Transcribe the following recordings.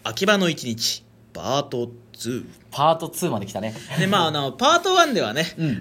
秋葉の一日パート2。 パート2まで来たね。 で、パート1ではね、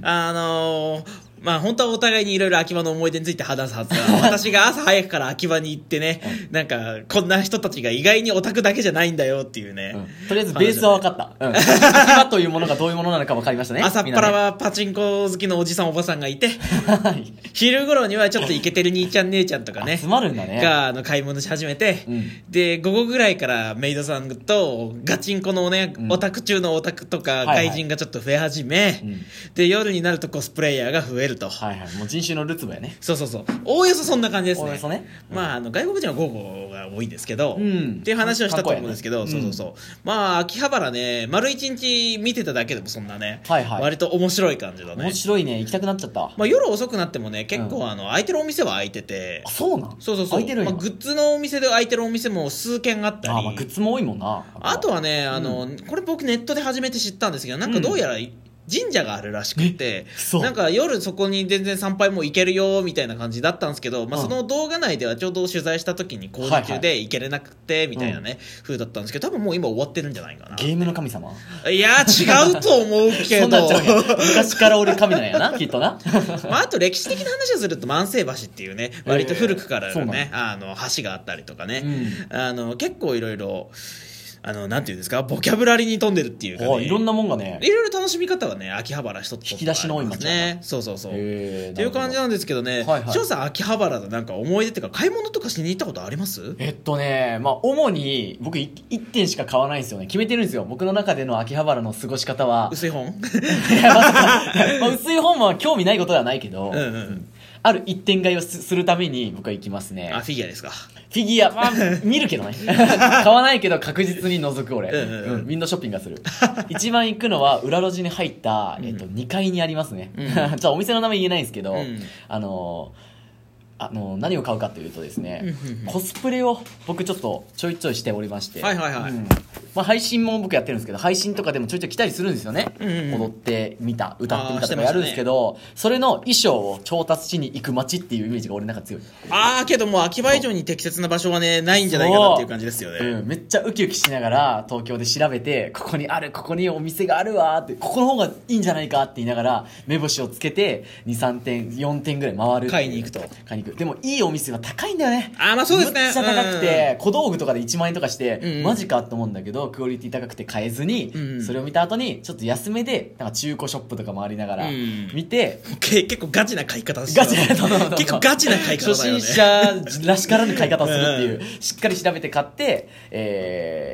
本当はお互いにいろいろ秋葉の思い出について話すはずが、私が朝早くから秋葉に行ってね、なんか、こんな人たちが意外にオタクだけじゃないんだよっていうね。 とりあえずベースは分かった。秋葉というものがどういうものなのか分かりましたね。 朝っぱらはパチンコ好きのおじさんおばさんがいて、昼頃にはちょっとイケてる兄ちゃん姉ちゃんとかね、 集まるんだね。 が買い物し始めて、で、午後ぐらいからメイドさんとガチンコのね、オタク中のオタクとか外人がちょっと増え始め、で、夜になるとコスプレイヤーが増えると。 もう人種のるつぼやね。 そう。おおよそそんな感じですね。 おおよそね。 外国人は午後が多いんですけど、っていう話をしたと思うんですけど、秋葉原ね、丸一日見てただけでもそんなね、割と面白い感じだね。 面白いね。行きたくなっちゃった。 夜遅くなってもね、結構開いてるお店は開いてて。 あ、そうなん？ そう。 開いてるんや。 グッズのお店で開いてるお店も数軒あったり。 グッズも多いもんな。 あとはね、これ僕ネットで初めて知ったんですけど、なんかどうやら、神社があるらしくて、なんか夜そこに全然参拝も行けるよみたいな感じだったんですけど、その動画内ではちょうど取材した時に工事中で行けれなくてみたいなね、風だったんですけど、多分もう今終わってるんじゃないかな。 ゲームの神様？ いや違うと思うけどそんなんちゃうやん。昔から俺神なんやな、きっとな。 あと歴史的な話をすると万世橋っていうね、割と古くからのね、橋があったりとかね、結構いろいろなんていうんですか、ボキャブラリーに富んでるっていうかね。 いろんなもんがね。 いろいろ楽しみ方はね、秋葉原一つ引き出しの多い街ね。そう。っていう感じなんですけどね、翔さん秋葉原でなんか思い出っていうか、買い物とかしに行ったことあります？ 主に僕1点しか買わないんですよね。決めてるんですよ。僕の中での秋葉原の過ごし方は。 薄い本？ 薄い本は興味ないことではないけど、ある一点買いをするために僕は行きますね。 フィギュアですか？ フィギュア、見るけどね。買わないけど確実に覗く俺。ウィンドウショッピングがする。一番行くのは裏路地に入った、2階にありますね。お店の名前言えないんですけど、何を買うかというとですね、コスプレを僕ちょっとちょいちょいしておりまして、配信も僕やってるんですけど、配信とかでもちょいちょい来たりするんですよね。踊ってみた、歌ってみたとかやるんですけど、それの衣装を調達しに行く街っていうイメージが俺の中強い。 けどもう秋葉以上に適切な場所はね、ないんじゃないかなっていう感じですよね。 めっちゃウキウキしながら東京で調べて、ここにお店があるわーって、ここの方がいいんじゃないかって言いながら、目星をつけて、2、3点、4点ぐらい回る。 買いに行くと。 でもいいお店は高いんだよね。 そうですね。 めっちゃ高くて、小道具とかで1万円とかして、マジかと思うんだけど、クオリティ高くて買えずに、それを見た後にちょっと安めでなんか中古ショップとか回りながら見て、 結構ガチな買い方ですよ。 結構ガチな買い方だよね。 初心者らしからぬ買い方をするっていう、しっかり調べて買って、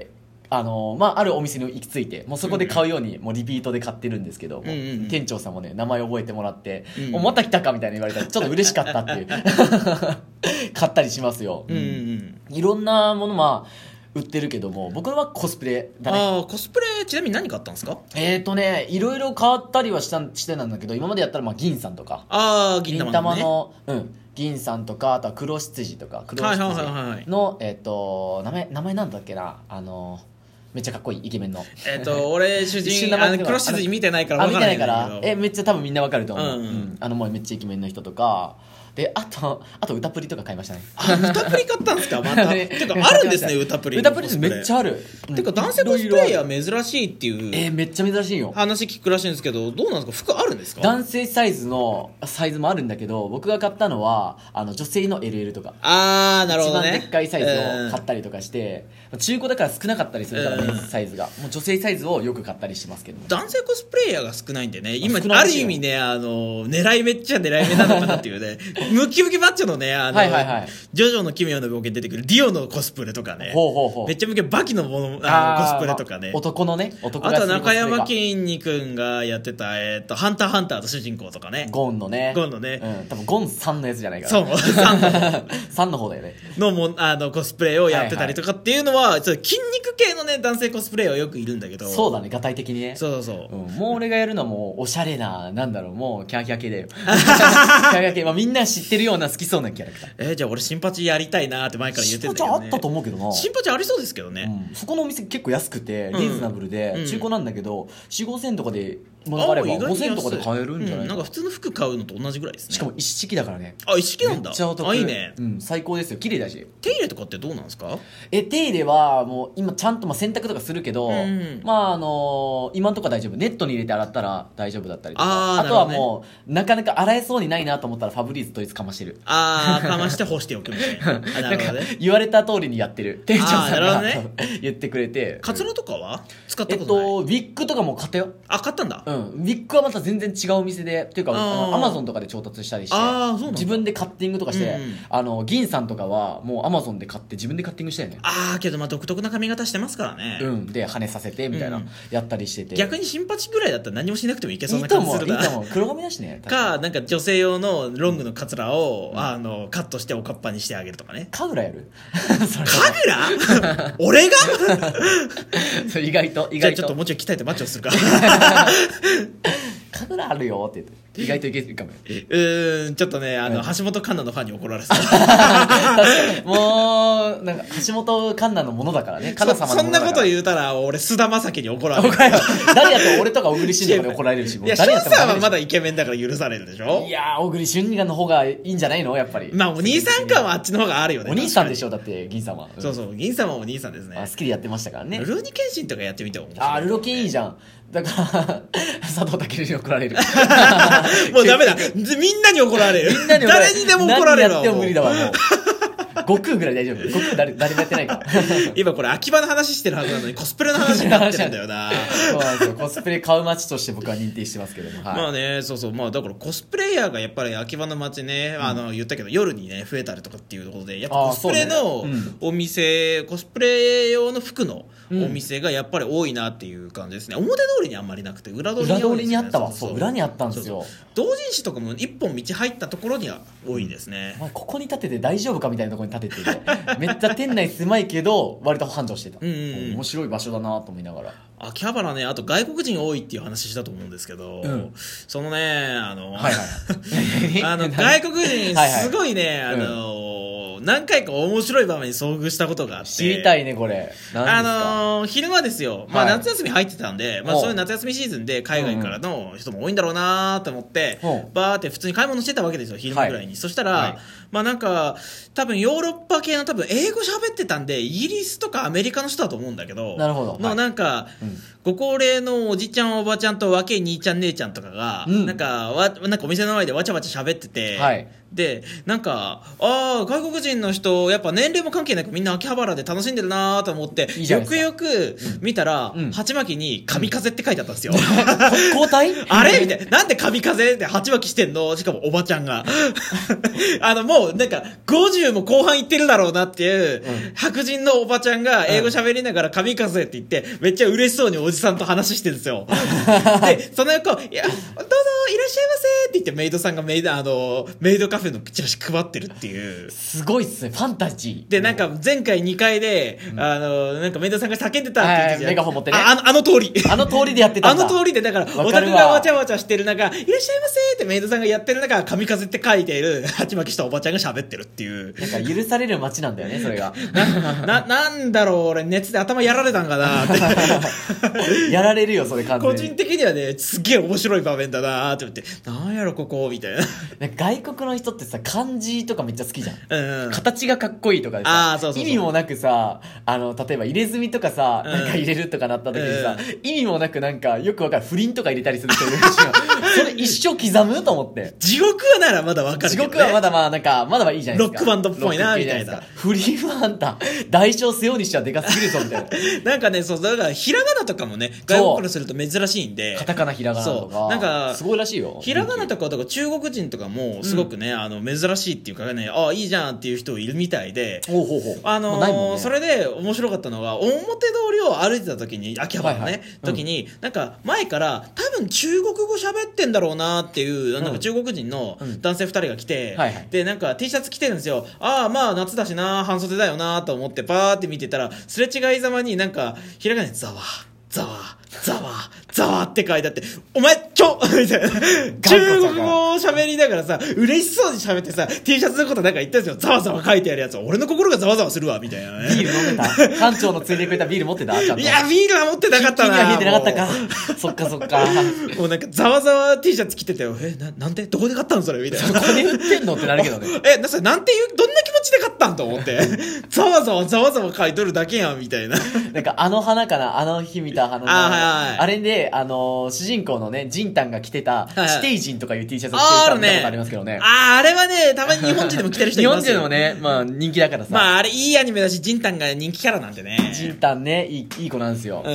あるお店に行き着いて、もうそこで買うように、もうリピートで買ってるんですけど、店長さんもね、名前覚えてもらって、また来たかみたいな言われたら、ちょっと嬉しかったっていう。買ったりしますよ。いろんなもの、売ってるけども、僕はコスプレだね。 コスプレちなみに何買ったんですか？ いろいろ変わったりはしてなんだけど、今までやったら銀さんとか。銀玉の、銀さんとか、あとは黒羊とか、黒羊の、名前なんだっけな、めっちゃかっこいいイケメンの。 俺主人、黒羊見てないから分からないんだけど。 見てないから、めっちゃ多分みんな分かると思う。もうめっちゃイケメンの人とか、で、あと歌プリとか買いましたね。 歌プリ買ったんですか？また。てか、あるんですね、歌プリ。 歌プリめっちゃある。 てか、男性コスプレイヤー珍しいっていう。 めっちゃ珍しいよ。 話聞くらしいんですけど、どうなんですか？服あるんですか？ 男性サイズもあるんだけど、僕が買ったのは、女性の LL とか。 なるほどね。 一番でっかいサイズを買ったりとかして、中古だから少なかったりするからね、サイズが。もう女性サイズをよく買ったりしますけど。 男性コスプレイヤーが少ないんでね、今、ある意味ね、狙いめっちゃ狙い目なのかなっていうね、ムキムキマッチョのね、ジョジョの奇妙な冒険に出てくるディオのコスプレとかね、めっちゃムキバキのコスプレとかね、 男のね、 あとは中山きんに君がやってた、ハンターハンターと主人公とかね、 ゴンのね、多分ゴンさんのやつじゃないかな。そう、3の方だよね。 コスプレをやってたりとかっていうのは、筋肉系のね、男性コスプレイヤーはよくいるんだけど。 そうだね、がたい的にね。 そう。 もう俺がやるのはもう、おしゃれな、もう、キャーキャー系だよ。キャーキャー系。みんな知ってるような好きそうなキャラクター。 じゃあ俺新パチやりたいなって前から言ってんだけどね。 新パチあったと思うけどな。 新パチありそうですけどね。 そこのお店結構安くて、リーズナブルで、中古なんだけど、4、5千とかでものがあれば意外に安い 5000とかで買えるんじゃないかな、 なんか普通の服買うのと同じぐらいですね。 しかも一式だからね。 あ、一式なんだ。 めっちゃお得。 あ、いいね。 最高ですよ。綺麗だし。 手入れとかってどうなんですか？ 手入れはもう今ちゃんと洗濯とかするけど、まあ今んとこは大丈夫。ネットに入れて洗ったら大丈夫だったりとか。あとはもうなかなか洗えそうにないなと思ったらファブリーズ統一かましてる。 かまして干しておくみたいな。 なんか言われた通りにやってる。店長さんが言ってくれて。 カツラとかは使ったことない？ ウィッグとかも買ったよ。 あ、買ったんだ。 ウィッグはまた全然違うお店で、っていうかアマゾンとかで調達したりして、自分でカッティングとかして、銀さんとかはもうアマゾンで買って自分でカッティングしたよね。 けど独特な髪型してますからね。 で跳ねさせてみたいなやったりしてて、 逆に新八ぐらいだったら何もしなくてもいけそうな感じするな。 いいと思う。黒髪だしね。 なんか女性用のロングのカツラをカットしておかっぱにしてあげるとかね。 カグラやる？ カグラ？俺が？ 意外とじゃあちょっともうちょい鍛えてマッチョするか。 カグラあるよって言って意外といけるかもよ。 ちょっとね橋本環奈のファンに怒られそう。 もうなんか橋本環奈のものだからね。環奈様のものだから。 そんなこと言うたら俺須田将暉に怒られる。 誰やと俺とか小栗旬とかに怒られるし。 いや翔さんはまだイケメンだから許されるでしょ。 いや小栗旬の方がいいんじゃないのやっぱり。 まあお兄さん感はあっちの方があるよね。 お兄さんでしょだって銀さんは。 そうそう銀さんはお兄さんですね。 好きでやってましたからね。 ルローニケンシンとかやってみても面白い。 ルロケンいいじゃん。だから佐藤健に怒られる。 もうダメだ。みんなに怒られる。誰にでも怒られる。 何やっても無理だわもう。悟空ぐらい大丈夫。悟空誰もやってないから。 今これ秋葉の話してるはずなのにコスプレの話になってるんだよな。 そうなんですよ。コスプレ買う街として僕は認定してますけども。 まあね、そうそう。まあだからコスプレイヤーがやっぱり秋葉の街ね、言ったけど夜にね増えたりとかっていうところで、やっぱコスプレのお店、コスプレ用の服のお店がやっぱり多いなっていう感じですね。表通りにあんまりなくて裏通りにあったわ。そう裏にあったんですよ。 同人誌とかも一本道入ったところには多いですね。 ここに立てて大丈夫かみたいなところに立ててて、めっちゃ店内狭いけど割と繁盛してた。面白い場所だなと思いながら。 秋葉原ね、あと外国人多いっていう話したと思うんですけど、そのね外国人すごいね何回か面白い場面に遭遇したことがあって。 知りたいねこれ。 昼間ですよ、夏休み入ってたんで、そういう夏休みシーズンで海外からの人も多いんだろうなと思って、バーって普通に買い物してたわけですよ、昼間ぐらいに。そしたら、なんか多分ヨーロッパ系の多分英語喋ってたんでイギリスとかアメリカの人だと思うんだけど、 なるほど。 なんかご高齢のおじちゃんおばちゃんと若い兄ちゃん姉ちゃんとかが、なんかお店の前でわちゃわちゃ喋ってて、でなんか外国人の人やっぱ年齢も関係なくみんな秋葉原で楽しんでるなと思ってよくよく見たら、鉢巻きに神風って書いてあったんですよ。 交代あれみたいな。なんで神風って鉢巻きしてんの？しかもおばちゃんがもうなんか50も後半いってるだろうなっていう、白人のおばちゃんが英語喋りながら神風って言ってめっちゃ嬉しそうにおじさんと話してるんですよ。でその横、いやどうぞいらっしゃいませって言ってメイドさんがメイドカフェのチラシ配ってるっていう。 すごいっすね、ファンタジーで。なんか前回2回で、なんかメイドさんが叫んでたって言ってじゃん。 メガホン持ってね。 あの通りでやってたんだ。通りでだからオタクがわちゃわちゃしてる中、いらっしゃいませってメイドさんがやってる中、神風って書いている鉢巻きしたおばちゃんが喋ってるっていう。 なんか許される街なんだよね、それが。 なんだろう、俺熱で頭やられたんかなってやられるよそれ完全に。 個人的にはねすっげえ面白い場面だなって思って、なんやろここみたいな。 なんか外国の人ってさ漢字とかめっちゃ好きじゃん、形がかっこいいとかでさ、意味もなくさ例えば入れ墨とかさ、なんか入れるとかなった時にさ、意味もなくなんかよくわかる不倫とか入れたりする人いるらしいよ。それ一生刻むと思って。 地獄はならまだわかるけど、ね、 地獄はまだなんかまだはいいじゃないですか。 ロックバンドっぽいなみたいな。 不倫はあんた代償背負うにしてはでかすぎるぞみたいな。 なんかね、そうだからひらがなとかもね外国からすると珍しいんで、 カタカナひらがなとかなんかすごいらしいよ。 ひらがなとかだから中国人とかもすごくね、珍しいっていうかね、いいじゃんっていう人いるみたいで、それで面白かったのが表通りを歩いてた時に秋葉原のね、時になんか前から多分中国語喋ってんだろうなっていう、なんか中国人の男性2人が来て、でなんか T シャツ着てるんですよ。まあ夏だしな半袖だよなと思ってパーって見てたら、すれ違いざまになんかひらがなでざわざわざわざわって書いてあって、お前みたいな。中国語を喋りながらさ、嬉しそうに喋ってさ、T シャツのことなんか言ったんですよ。ざわざわ書いてあるやつ。俺の心がざわざわするわ、みたいなね。 ビール飲んでた館長のついでくれたビール持ってたちゃんと。 いや、ビールは持ってなかったな。 キンキンには冷えてなかったか。そっかそっか。 もうなんかざわざわ T シャツ着てたよ。なんでどこで買ったんそれみたいな。 そこで売ってんのってなるけどね。 それなんていう、どんな気持ちで買ったんと思って。ざわざわ書いとるだけやん、みたいな。 なんか花かな、あの日見た花の。あれで、主人公のね、ジンタンが着てた、地底人とかいう T シャツを着てたことありますけどね。 あれはね、たまに日本人でも着てる人いますよ。 日本人でもね、まあ人気だからさ。 まああれいいアニメだし、ジンタンが人気キャラなんでね。 ジンタンね、いい子なんですよ。 うん。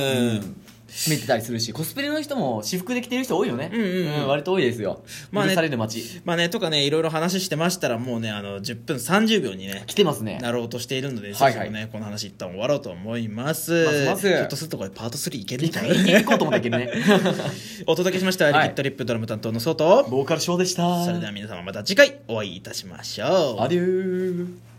見てたりするし、コスプレの人も私服で着てる人多いよね。割と多いですよ。 まあね、 許される街。 まあね、とかね、いろいろ話してましたら、もうね、10分30秒にね、 来てますね。 なろうとしているので、ぜひね、この話一旦終わろうと思います。ひょっとするとこれパート3いけるんじゃない？ 行こうと思ったけどね。 お届けしました、リキッドリップドラム担当のソウと、 ボーカルショーでした。 それでは皆様また次回お会いいたしましょう。 アデュー。